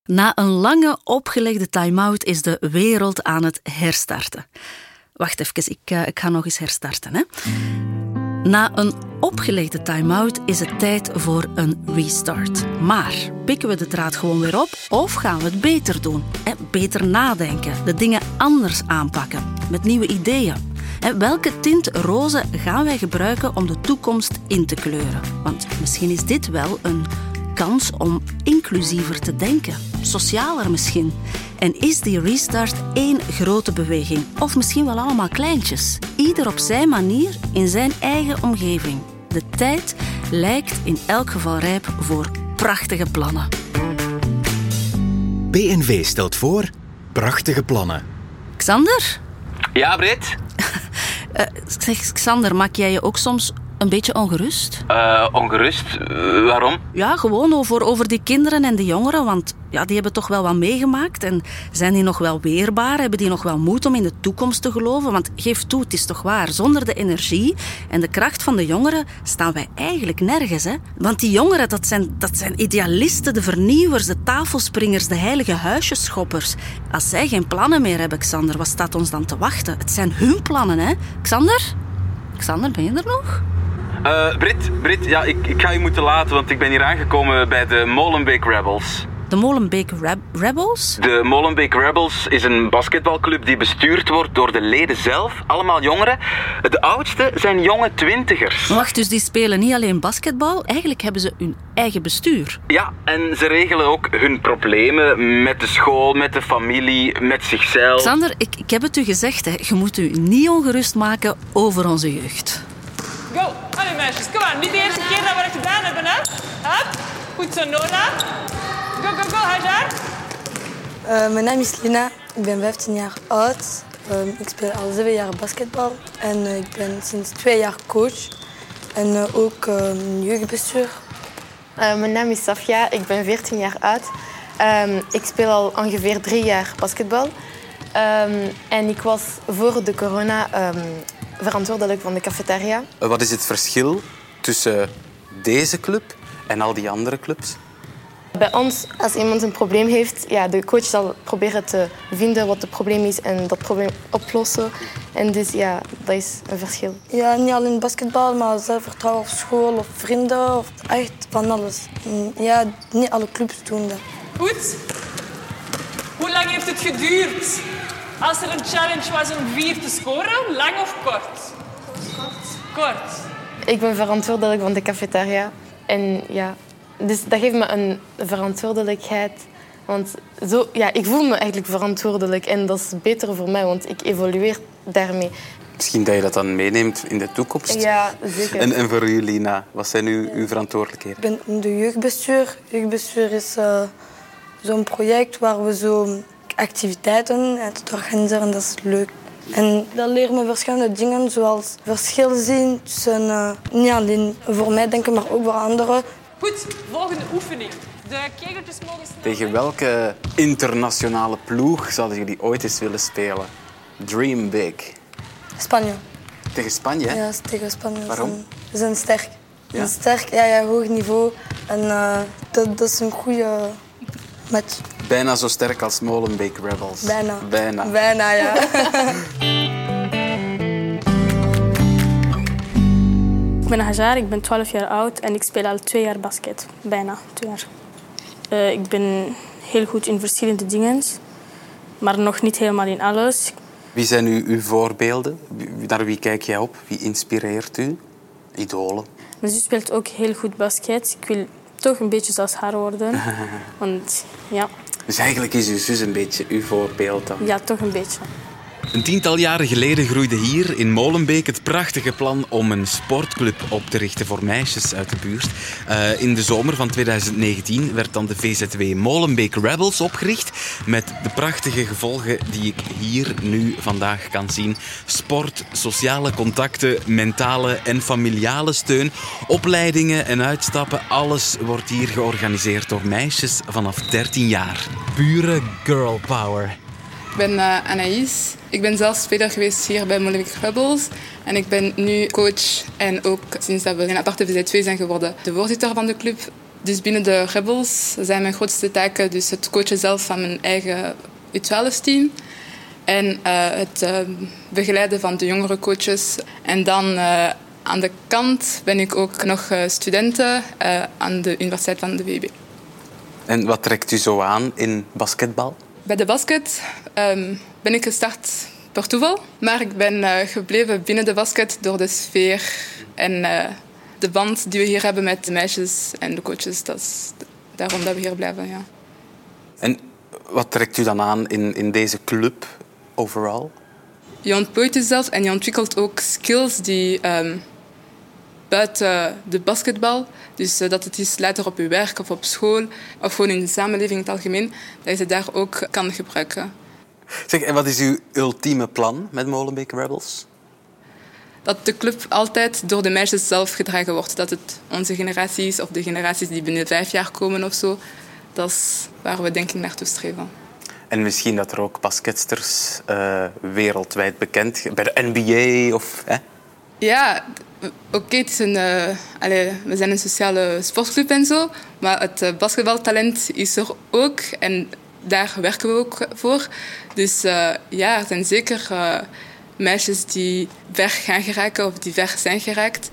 Na een lange opgelegde time-out is de wereld aan het herstarten. Wacht even, ik ga nog eens herstarten. Hè. Na een opgelegde time-out is het tijd voor een restart. Maar pikken we de draad gewoon weer op of gaan we het beter doen? Beter nadenken, de dingen anders aanpakken, met nieuwe ideeën. Welke tint roze gaan wij gebruiken om de toekomst in te kleuren? Want misschien is dit wel een kans om inclusiever te denken, socialer misschien. En is die restart één grote beweging? Of misschien wel allemaal kleintjes. Ieder op zijn manier, in zijn eigen omgeving. De tijd lijkt in elk geval rijp voor prachtige plannen. BNV stelt voor prachtige plannen. Xander? Ja, Brit? Zeg, Xander, maak jij je ook soms een beetje ongerust? Ongerust? Waarom? Ja, gewoon over die kinderen en de jongeren. Want ja, die hebben toch wel wat meegemaakt. En zijn die nog wel weerbaar? Hebben die nog wel moed om in de toekomst te geloven? Want geef toe, het is toch waar. Zonder de energie en de kracht van de jongeren staan wij eigenlijk nergens. Hè? Want die jongeren, dat zijn idealisten, de vernieuwers, de tafelspringers, de heilige huisjeschoppers. Als zij geen plannen meer hebben, Xander, wat staat ons dan te wachten? Het zijn hun plannen, hè? Xander? Xander, ben je er nog? Brit, ja, ik ga je moeten laten, want ik ben hier aangekomen bij de Molenbeek Rebels. De Molenbeek Rebels? De Molenbeek Rebels is een basketbalclub die bestuurd wordt door de leden zelf. Allemaal jongeren. De oudste zijn jonge twintigers. Wacht, dus die spelen niet alleen basketbal. Eigenlijk hebben ze hun eigen bestuur. Ja, en ze regelen ook hun problemen met de school, met de familie, met zichzelf. Xander, ik heb het u gezegd, hè. Je moet u niet ongerust maken over onze jeugd. Go, allee meisjes, kom aan. Niet de eerste keer dat we het gedaan hebben, hè? Hup. Goed zo, Nora. Go, Hajar. Mijn naam is Lina, ik ben 15 jaar oud. Ik speel al 7 jaar basketbal en ik ben sinds 2 jaar coach. En ook jeugdbestuur. Mijn naam is Safia, ik ben 14 jaar oud. Ik speel al ongeveer 3 jaar basketbal. En ik was voor de corona verantwoordelijk van de cafetaria. Wat is het verschil tussen deze club en al die andere clubs? Bij ons, als iemand een probleem heeft, ja, de coach zal proberen te vinden wat het probleem is en dat probleem oplossen. En dus ja, dat is een verschil. Ja, niet alleen basketbal, maar zelfvertrouwen op school of vrienden. Of echt van alles. Ja, niet alle clubs doen dat. Goed. Hoe lang heeft het geduurd? Als er een challenge was om 4 te scoren, lang of kort? Kort. Ik ben verantwoordelijk van de cafetaria. En ja, dus dat geeft me een verantwoordelijkheid. Want zo, ja, ik voel me eigenlijk verantwoordelijk. En dat is beter voor mij, want ik evolueer daarmee. Misschien dat je dat dan meeneemt in de toekomst. Ja, zeker. En voor u, Lina, wat zijn uw verantwoordelijkheden? Ik ben in de jeugdbestuur. Jeugdbestuur is zo'n project waar we zo activiteiten uit organiseren. Dat is leuk. En dat leert me verschillende dingen, zoals verschil zien tussen niet alleen voor mij denken, maar ook voor anderen. Goed, volgende oefening. De kegeltjes mogen snel. Tegen welke internationale ploeg zouden jullie ooit eens willen spelen? Dream big. Spanje. Tegen Spanje? Ja, tegen Spanje. Waarom? Ze zijn sterk. Ja? Ze zijn sterk, ja, hoog niveau. En dat is een goede match. Bijna zo sterk als Molenbeek Rebels. Bijna, ja. Ik ben Hajar, ik ben 12 jaar oud en ik speel al 2 jaar basket. Bijna 2 jaar. Ik ben heel goed in verschillende dingen, maar nog niet helemaal in alles. Wie zijn uw voorbeelden? Naar wie kijk jij op? Wie inspireert u? Idolen? Mijn zus speelt ook heel goed basket. Ik wil toch een beetje zoals haar worden. Want, ja. Dus eigenlijk is uw zus een beetje uw voorbeeld dan? Ja, toch een beetje. Een tiental jaren geleden groeide hier in Molenbeek het prachtige plan om een sportclub op te richten voor meisjes uit de buurt. In de zomer van 2019 werd dan de VZW Molenbeek Rebels opgericht met de prachtige gevolgen die ik hier nu vandaag kan zien. Sport, sociale contacten, mentale en familiale steun, opleidingen en uitstappen. Alles wordt hier georganiseerd door meisjes vanaf 13 jaar. Pure girl power. Ik ben Anaïs. Ik ben zelf speler geweest hier bij Molenbeek Rebels. En ik ben nu coach en ook sinds dat we een aparte VZ2 zijn geworden, de voorzitter van de club. Dus binnen de Rebels zijn mijn grootste taken dus het coachen zelf van mijn eigen U12-team. En het begeleiden van de jongere coaches. En dan aan de kant ben ik ook nog studenten aan de Universiteit van de WB. En wat trekt u zo aan in basketbal? Bij de basket ben ik gestart per toeval. Maar ik ben gebleven binnen de basket door de sfeer en de band die we hier hebben met de meisjes en de coaches. Dat is daarom dat we hier blijven, ja. En wat trekt u dan aan in deze club overal? Je ontplooit jezelf en je ontwikkelt ook skills die buiten de basketbal, dus dat het is later op je werk of op school of gewoon in de samenleving in het algemeen, dat je het daar ook kan gebruiken. Zeg, en wat is uw ultieme plan met Molenbeek Rebels? Dat de club altijd door de meisjes zelf gedragen wordt. Dat het onze generatie is of de generaties die binnen 5 jaar komen of zo. Dat is waar we denk ik naartoe streven. En misschien dat er ook basketsters wereldwijd bekend bij de NBA of... Hè? Ja, oké, het is we zijn een sociale sportclub en zo, maar het basketbaltalent is er ook en daar werken we ook voor. Dus ja, er zijn zeker meisjes die ver gaan geraken of die ver zijn geraakt.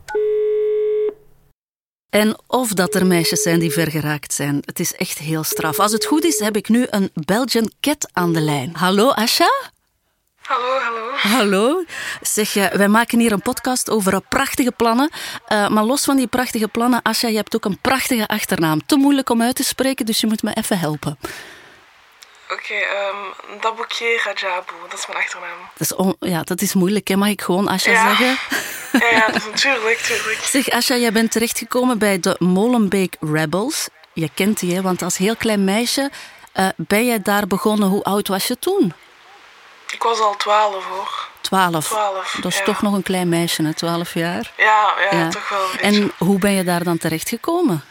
En of dat er meisjes zijn die ver geraakt zijn. Het is echt heel straf. Als het goed is, heb ik nu een Belgian Cat aan de lijn. Hallo, Asha? Hallo. Hallo. Zeg, wij maken hier een podcast over prachtige plannen. Maar los van die prachtige plannen, Asha, je hebt ook een prachtige achternaam. Te moeilijk om uit te spreken, dus je moet me even helpen. Oké, Dabouké Rajabou, dat is mijn achternaam. Dat is moeilijk, hè? Mag ik gewoon Asha zeggen? Ja, dat is natuurlijk. Zeg, Asha, jij bent terechtgekomen bij de Molenbeek Rebels. Je kent die, hè? Want als heel klein meisje ben jij daar begonnen. Hoe oud was je toen? Ik was al 12, hoor. 12? Dat is toch nog een klein meisje, hè? 12 jaar? Ja, toch wel een beetje. En hoe ben je daar dan terechtgekomen?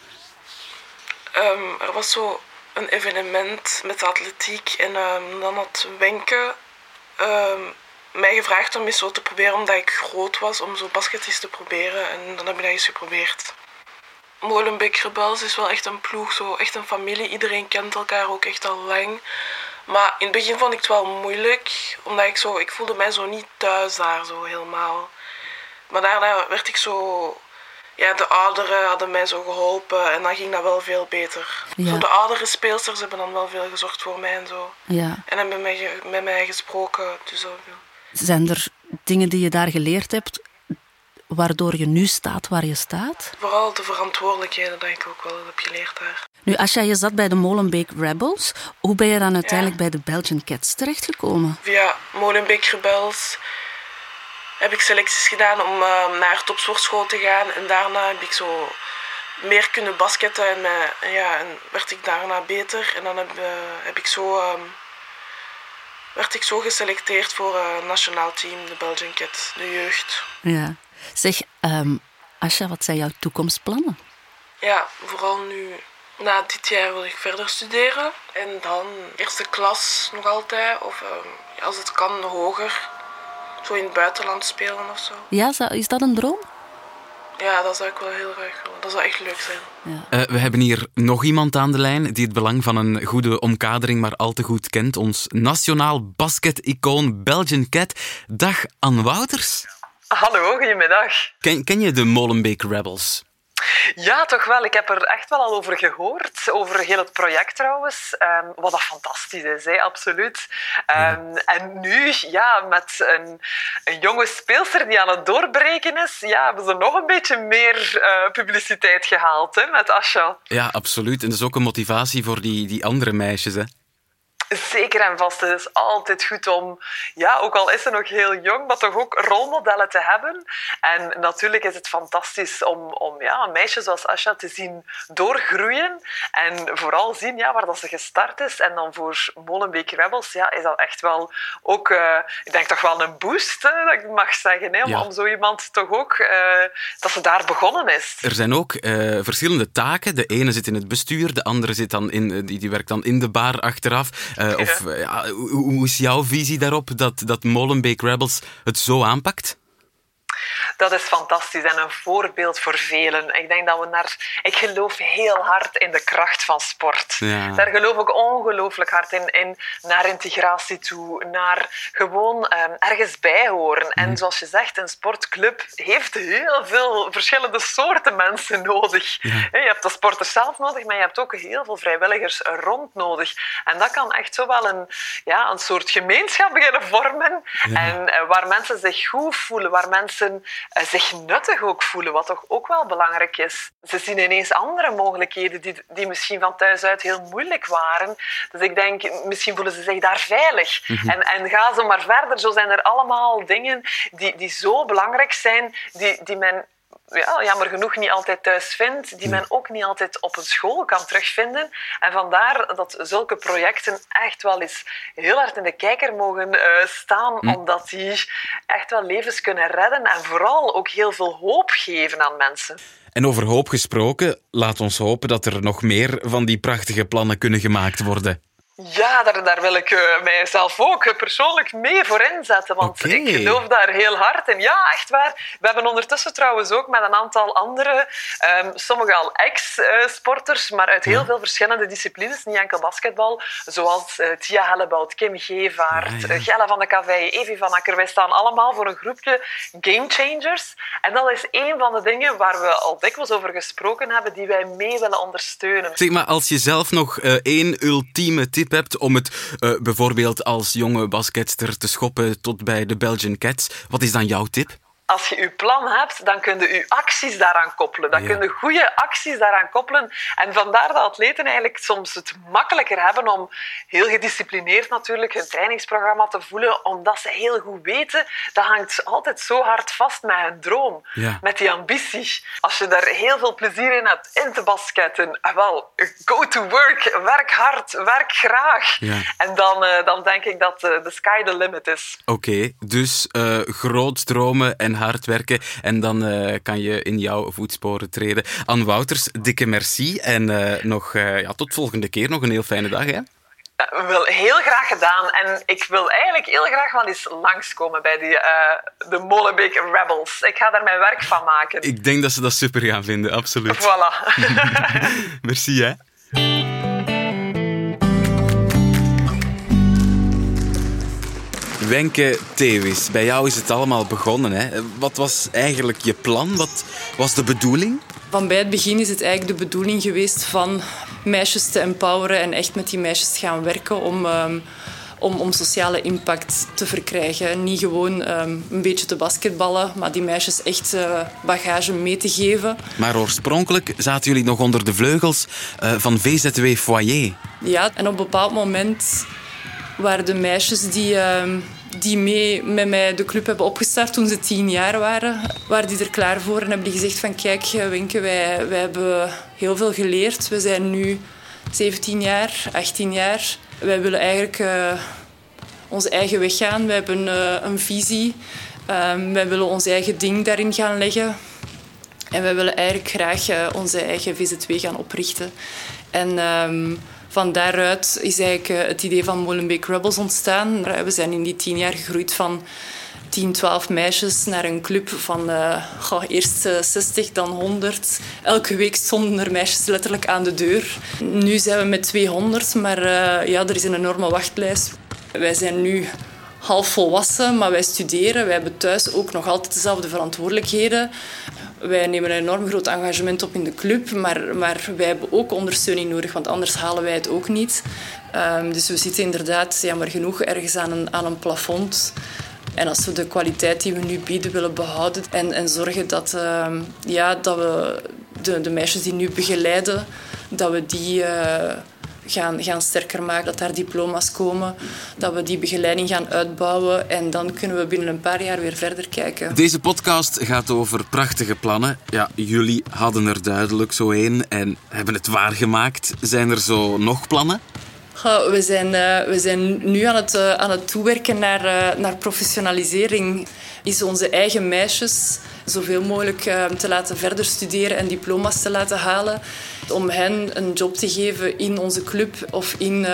Er was zo een evenement met de atletiek en dan had Wenke mij gevraagd om eens zo te proberen, omdat ik groot was, om zo basket eens te proberen. En dan heb ik dat eens geprobeerd. Molenbeek Rebels is wel echt een ploeg, zo echt een familie. Iedereen kent elkaar ook echt al lang. Maar in het begin vond ik het wel moeilijk, omdat ik voelde mij zo niet thuis daar zo helemaal. Maar daarna werd ik zo... Ja, de ouderen hadden mij zo geholpen en dan ging dat wel veel beter. Ja. Zo de oudere speelsters hebben dan wel veel gezorgd voor mij en zo. Ja. En hebben met mij gesproken. Dus zijn er dingen die je daar geleerd hebt, waardoor je nu staat waar je staat? Vooral de verantwoordelijkheden dat ik ook wel heb geleerd daar. Nu, Asha, je zat bij de Molenbeek Rebels. Hoe ben je dan uiteindelijk bij de Belgian Cats terechtgekomen? Via Molenbeek Rebels heb ik selecties gedaan om naar topsportschool te gaan. En daarna heb ik zo meer kunnen basketten en werd ik daarna beter. En dan werd ik zo geselecteerd voor een nationaal team, de Belgian Cats, de jeugd. Ja. Zeg, Asha, wat zijn jouw toekomstplannen? Ja, vooral nu, na dit jaar wil ik verder studeren. En dan eerste klas nog altijd, of als het kan, hoger. Zo in het buitenland spelen of zo. Ja, is dat een droom? Ja, dat zou ik wel heel graag willen. Dat zou echt leuk zijn. Ja. We hebben hier nog iemand aan de lijn die het belang van een goede omkadering maar al te goed kent. Ons nationaal basket-icoon Belgian Cat. Dag, Anne Wouters. Hallo, goedemiddag. Ken je de Molenbeek Rebels? Ja, toch wel. Ik heb er echt wel al over gehoord. Over heel het project trouwens. Wat dat fantastisch is, hè? Absoluut. En nu, ja, met een jonge speelster die aan het doorbreken is, hebben ze nog een beetje meer publiciteit gehaald, hè, met Asha. Ja, absoluut. En dat is ook een motivatie voor die andere meisjes, hè? Zeker en vast. Het is altijd goed om, ook al is ze nog heel jong, maar toch ook rolmodellen te hebben. En natuurlijk is het fantastisch om een meisje zoals Asha te zien doorgroeien. En vooral zien waar dat ze gestart is. En dan voor Molenbeek Rebels is dat echt wel ook, ik denk toch wel een boost, dat ik mag zeggen. Hè, om zo iemand toch ook, dat ze daar begonnen is. Er zijn ook verschillende taken. De ene zit in het bestuur, de andere zit dan die werkt dan in de bar achteraf. Hoe is jouw visie daarop dat Molenbeek Rebels het zo aanpakt? Dat is fantastisch en een voorbeeld voor velen. Ik denk dat ik geloof heel hard in de kracht van sport. Ja. Daar geloof ik ongelooflijk hard in naar integratie toe, naar gewoon ergens bij horen. En zoals je zegt, een sportclub heeft heel veel verschillende soorten mensen nodig. Ja. Je hebt de sporters zelf nodig, maar je hebt ook heel veel vrijwilligers rond nodig. En dat kan echt zo wel een soort gemeenschap beginnen vormen. Ja. En waar mensen zich goed voelen, waar mensen zich nuttig ook voelen, wat toch ook wel belangrijk is. Ze zien ineens andere mogelijkheden die misschien van thuis uit heel moeilijk waren. Dus ik denk, misschien voelen ze zich daar veilig. Mm-hmm. En ga zo maar verder. Zo zijn er allemaal dingen die zo belangrijk zijn, die men jammer genoeg niet altijd thuis vindt, die men ook niet altijd op een school kan terugvinden. En vandaar dat zulke projecten echt wel eens heel hard in de kijker mogen staan, omdat die echt wel levens kunnen redden en vooral ook heel veel hoop geven aan mensen. En over hoop gesproken, laat ons hopen dat er nog meer van die prachtige plannen kunnen gemaakt worden. Ja, daar wil ik mijzelf ook persoonlijk mee voor inzetten, want ik geloof daar heel hard in. Ja, echt waar. We hebben ondertussen trouwens ook met een aantal andere, sommige al ex-sporters, maar uit heel veel verschillende disciplines, niet enkel basketbal, zoals Tia Hellebout, Kim Gevaert, Gella van de Caveye, Evie van Akker. Wij staan allemaal voor een groepje Game Changers. En dat is een van de dingen waar we al dikwijls over gesproken hebben, die wij mee willen ondersteunen. Zeg maar, als je zelf nog één ultieme tip hebt om het bijvoorbeeld als jonge basketster te schoppen tot bij de Belgian Cats, wat is dan jouw tip? Als je je plan hebt, dan kun je je acties daaraan koppelen. Dan kun je goede acties daaraan koppelen. En vandaar dat atleten eigenlijk soms het makkelijker hebben om heel gedisciplineerd natuurlijk hun trainingsprogramma te voelen, omdat ze heel goed weten, dat hangt altijd zo hard vast met hun droom, met die ambitie. Als je daar heel veel plezier in hebt in te basketten, go to work, werk hard, werk graag. Ja. En dan denk ik dat the sky the limit is. Oké, dus groot dromen en hard werken en dan kan je in jouw voetsporen treden. Anne Wouters, dikke merci en tot volgende keer. Nog een heel fijne dag, hè? Wel heel graag gedaan en ik wil eigenlijk heel graag wel eens langskomen bij de Molenbeek Rebels. Ik ga daar mijn werk van maken. Ik denk dat ze dat super gaan vinden, absoluut. Voilà. Merci, hè? Wenke Theeuwis, bij jou is het allemaal begonnen, hè? Wat was eigenlijk je plan? Wat was de bedoeling? Van bij het begin is het eigenlijk de bedoeling geweest van meisjes te empoweren en echt met die meisjes te gaan werken om sociale impact te verkrijgen. Niet gewoon een beetje te basketballen, maar die meisjes echt bagage mee te geven. Maar oorspronkelijk zaten jullie nog onder de vleugels van VZW Foyer. Ja, en op een bepaald moment waren de meisjes die mee met mij de club hebben opgestart toen ze 10 jaar waren die er klaar voor en hebben die gezegd van kijk Wenke, wij hebben heel veel geleerd. We zijn nu 17 jaar, 18 jaar. Wij willen eigenlijk onze eigen weg gaan. We hebben een visie. Wij willen ons eigen ding daarin gaan leggen. En wij willen eigenlijk graag onze eigen VZW gaan oprichten. En van daaruit is eigenlijk het idee van Molenbeek Rebels ontstaan. We zijn in die 10 jaar gegroeid van 10, 12 meisjes naar een club van eerst 60, dan 100. Elke week stonden er meisjes letterlijk aan de deur. Nu zijn we met 200, maar er is een enorme wachtlijst. Wij zijn nu half volwassen, maar wij studeren. Wij hebben thuis ook nog altijd dezelfde verantwoordelijkheden. Wij nemen een enorm groot engagement op in de club, maar wij hebben ook ondersteuning nodig, want anders halen wij het ook niet. Dus we zitten inderdaad, jammer genoeg, ergens aan een plafond. En als we de kwaliteit die we nu bieden willen behouden en zorgen dat we de meisjes die nu begeleiden, dat we die gaan sterker maken, dat daar diploma's komen, dat we die begeleiding gaan uitbouwen en dan kunnen we binnen een paar jaar weer verder kijken. Deze podcast gaat over prachtige plannen. Ja, jullie hadden er duidelijk zo een en hebben het waargemaakt. Zijn er zo nog plannen? We zijn nu aan het toewerken naar professionalisering. Is onze eigen meisjes zoveel mogelijk te laten verder studeren en diploma's te laten halen. Om hen een job te geven in onze club of in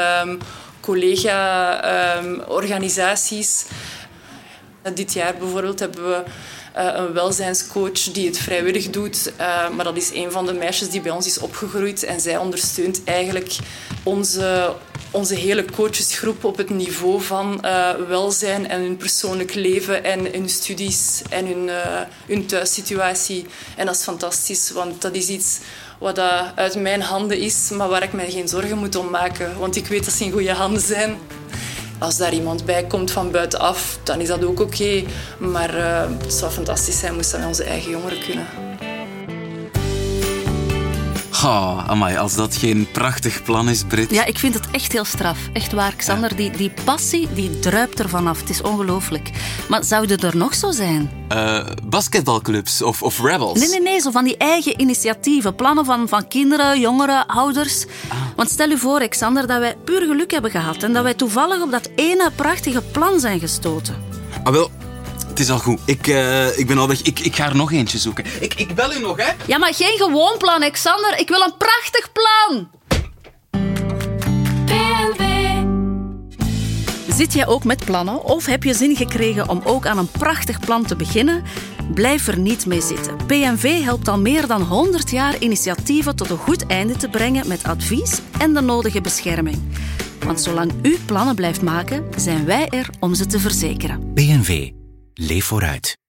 collega-organisaties. Dit jaar bijvoorbeeld hebben we een welzijnscoach die het vrijwillig doet. Maar dat is een van de meisjes die bij ons is opgegroeid. En zij ondersteunt eigenlijk onze hele coachesgroep op het niveau van welzijn en hun persoonlijk leven en hun studies en hun thuissituatie. En dat is fantastisch, want dat is iets wat uit mijn handen is, maar waar ik mij geen zorgen moet om maken. Want ik weet dat ze in goede handen zijn. Als daar iemand bij komt van buitenaf, dan is dat ook oké. Maar het zou fantastisch zijn moest dat met onze eigen jongeren kunnen. Oh, amai, als dat geen prachtig plan is, Brit. Ja, ik vind het echt heel straf. Echt waar, Xander. Ja. Die passie, die druipt er vanaf. Het is ongelooflijk. Maar zouden er nog zo zijn? Basketbalclubs of rebels? Nee. Zo van die eigen initiatieven. Plannen van kinderen, jongeren, ouders. Want stel u voor, Xander, dat wij puur geluk hebben gehad. En dat wij toevallig op dat ene prachtige plan zijn gestoten. Ah, wel... Het is al goed. Ik ben al weg. Ik ga er nog eentje zoeken. Ik bel u nog, hè? Ja, maar geen gewoon plan, Xander. Ik wil een prachtig plan. Zit jij ook met plannen? Of heb je zin gekregen om ook aan een prachtig plan te beginnen? Blijf er niet mee zitten. PNV helpt al meer dan 100 jaar initiatieven tot een goed einde te brengen met advies en de nodige bescherming. Want zolang u plannen blijft maken, zijn wij er om ze te verzekeren. PNV. Leef vooruit.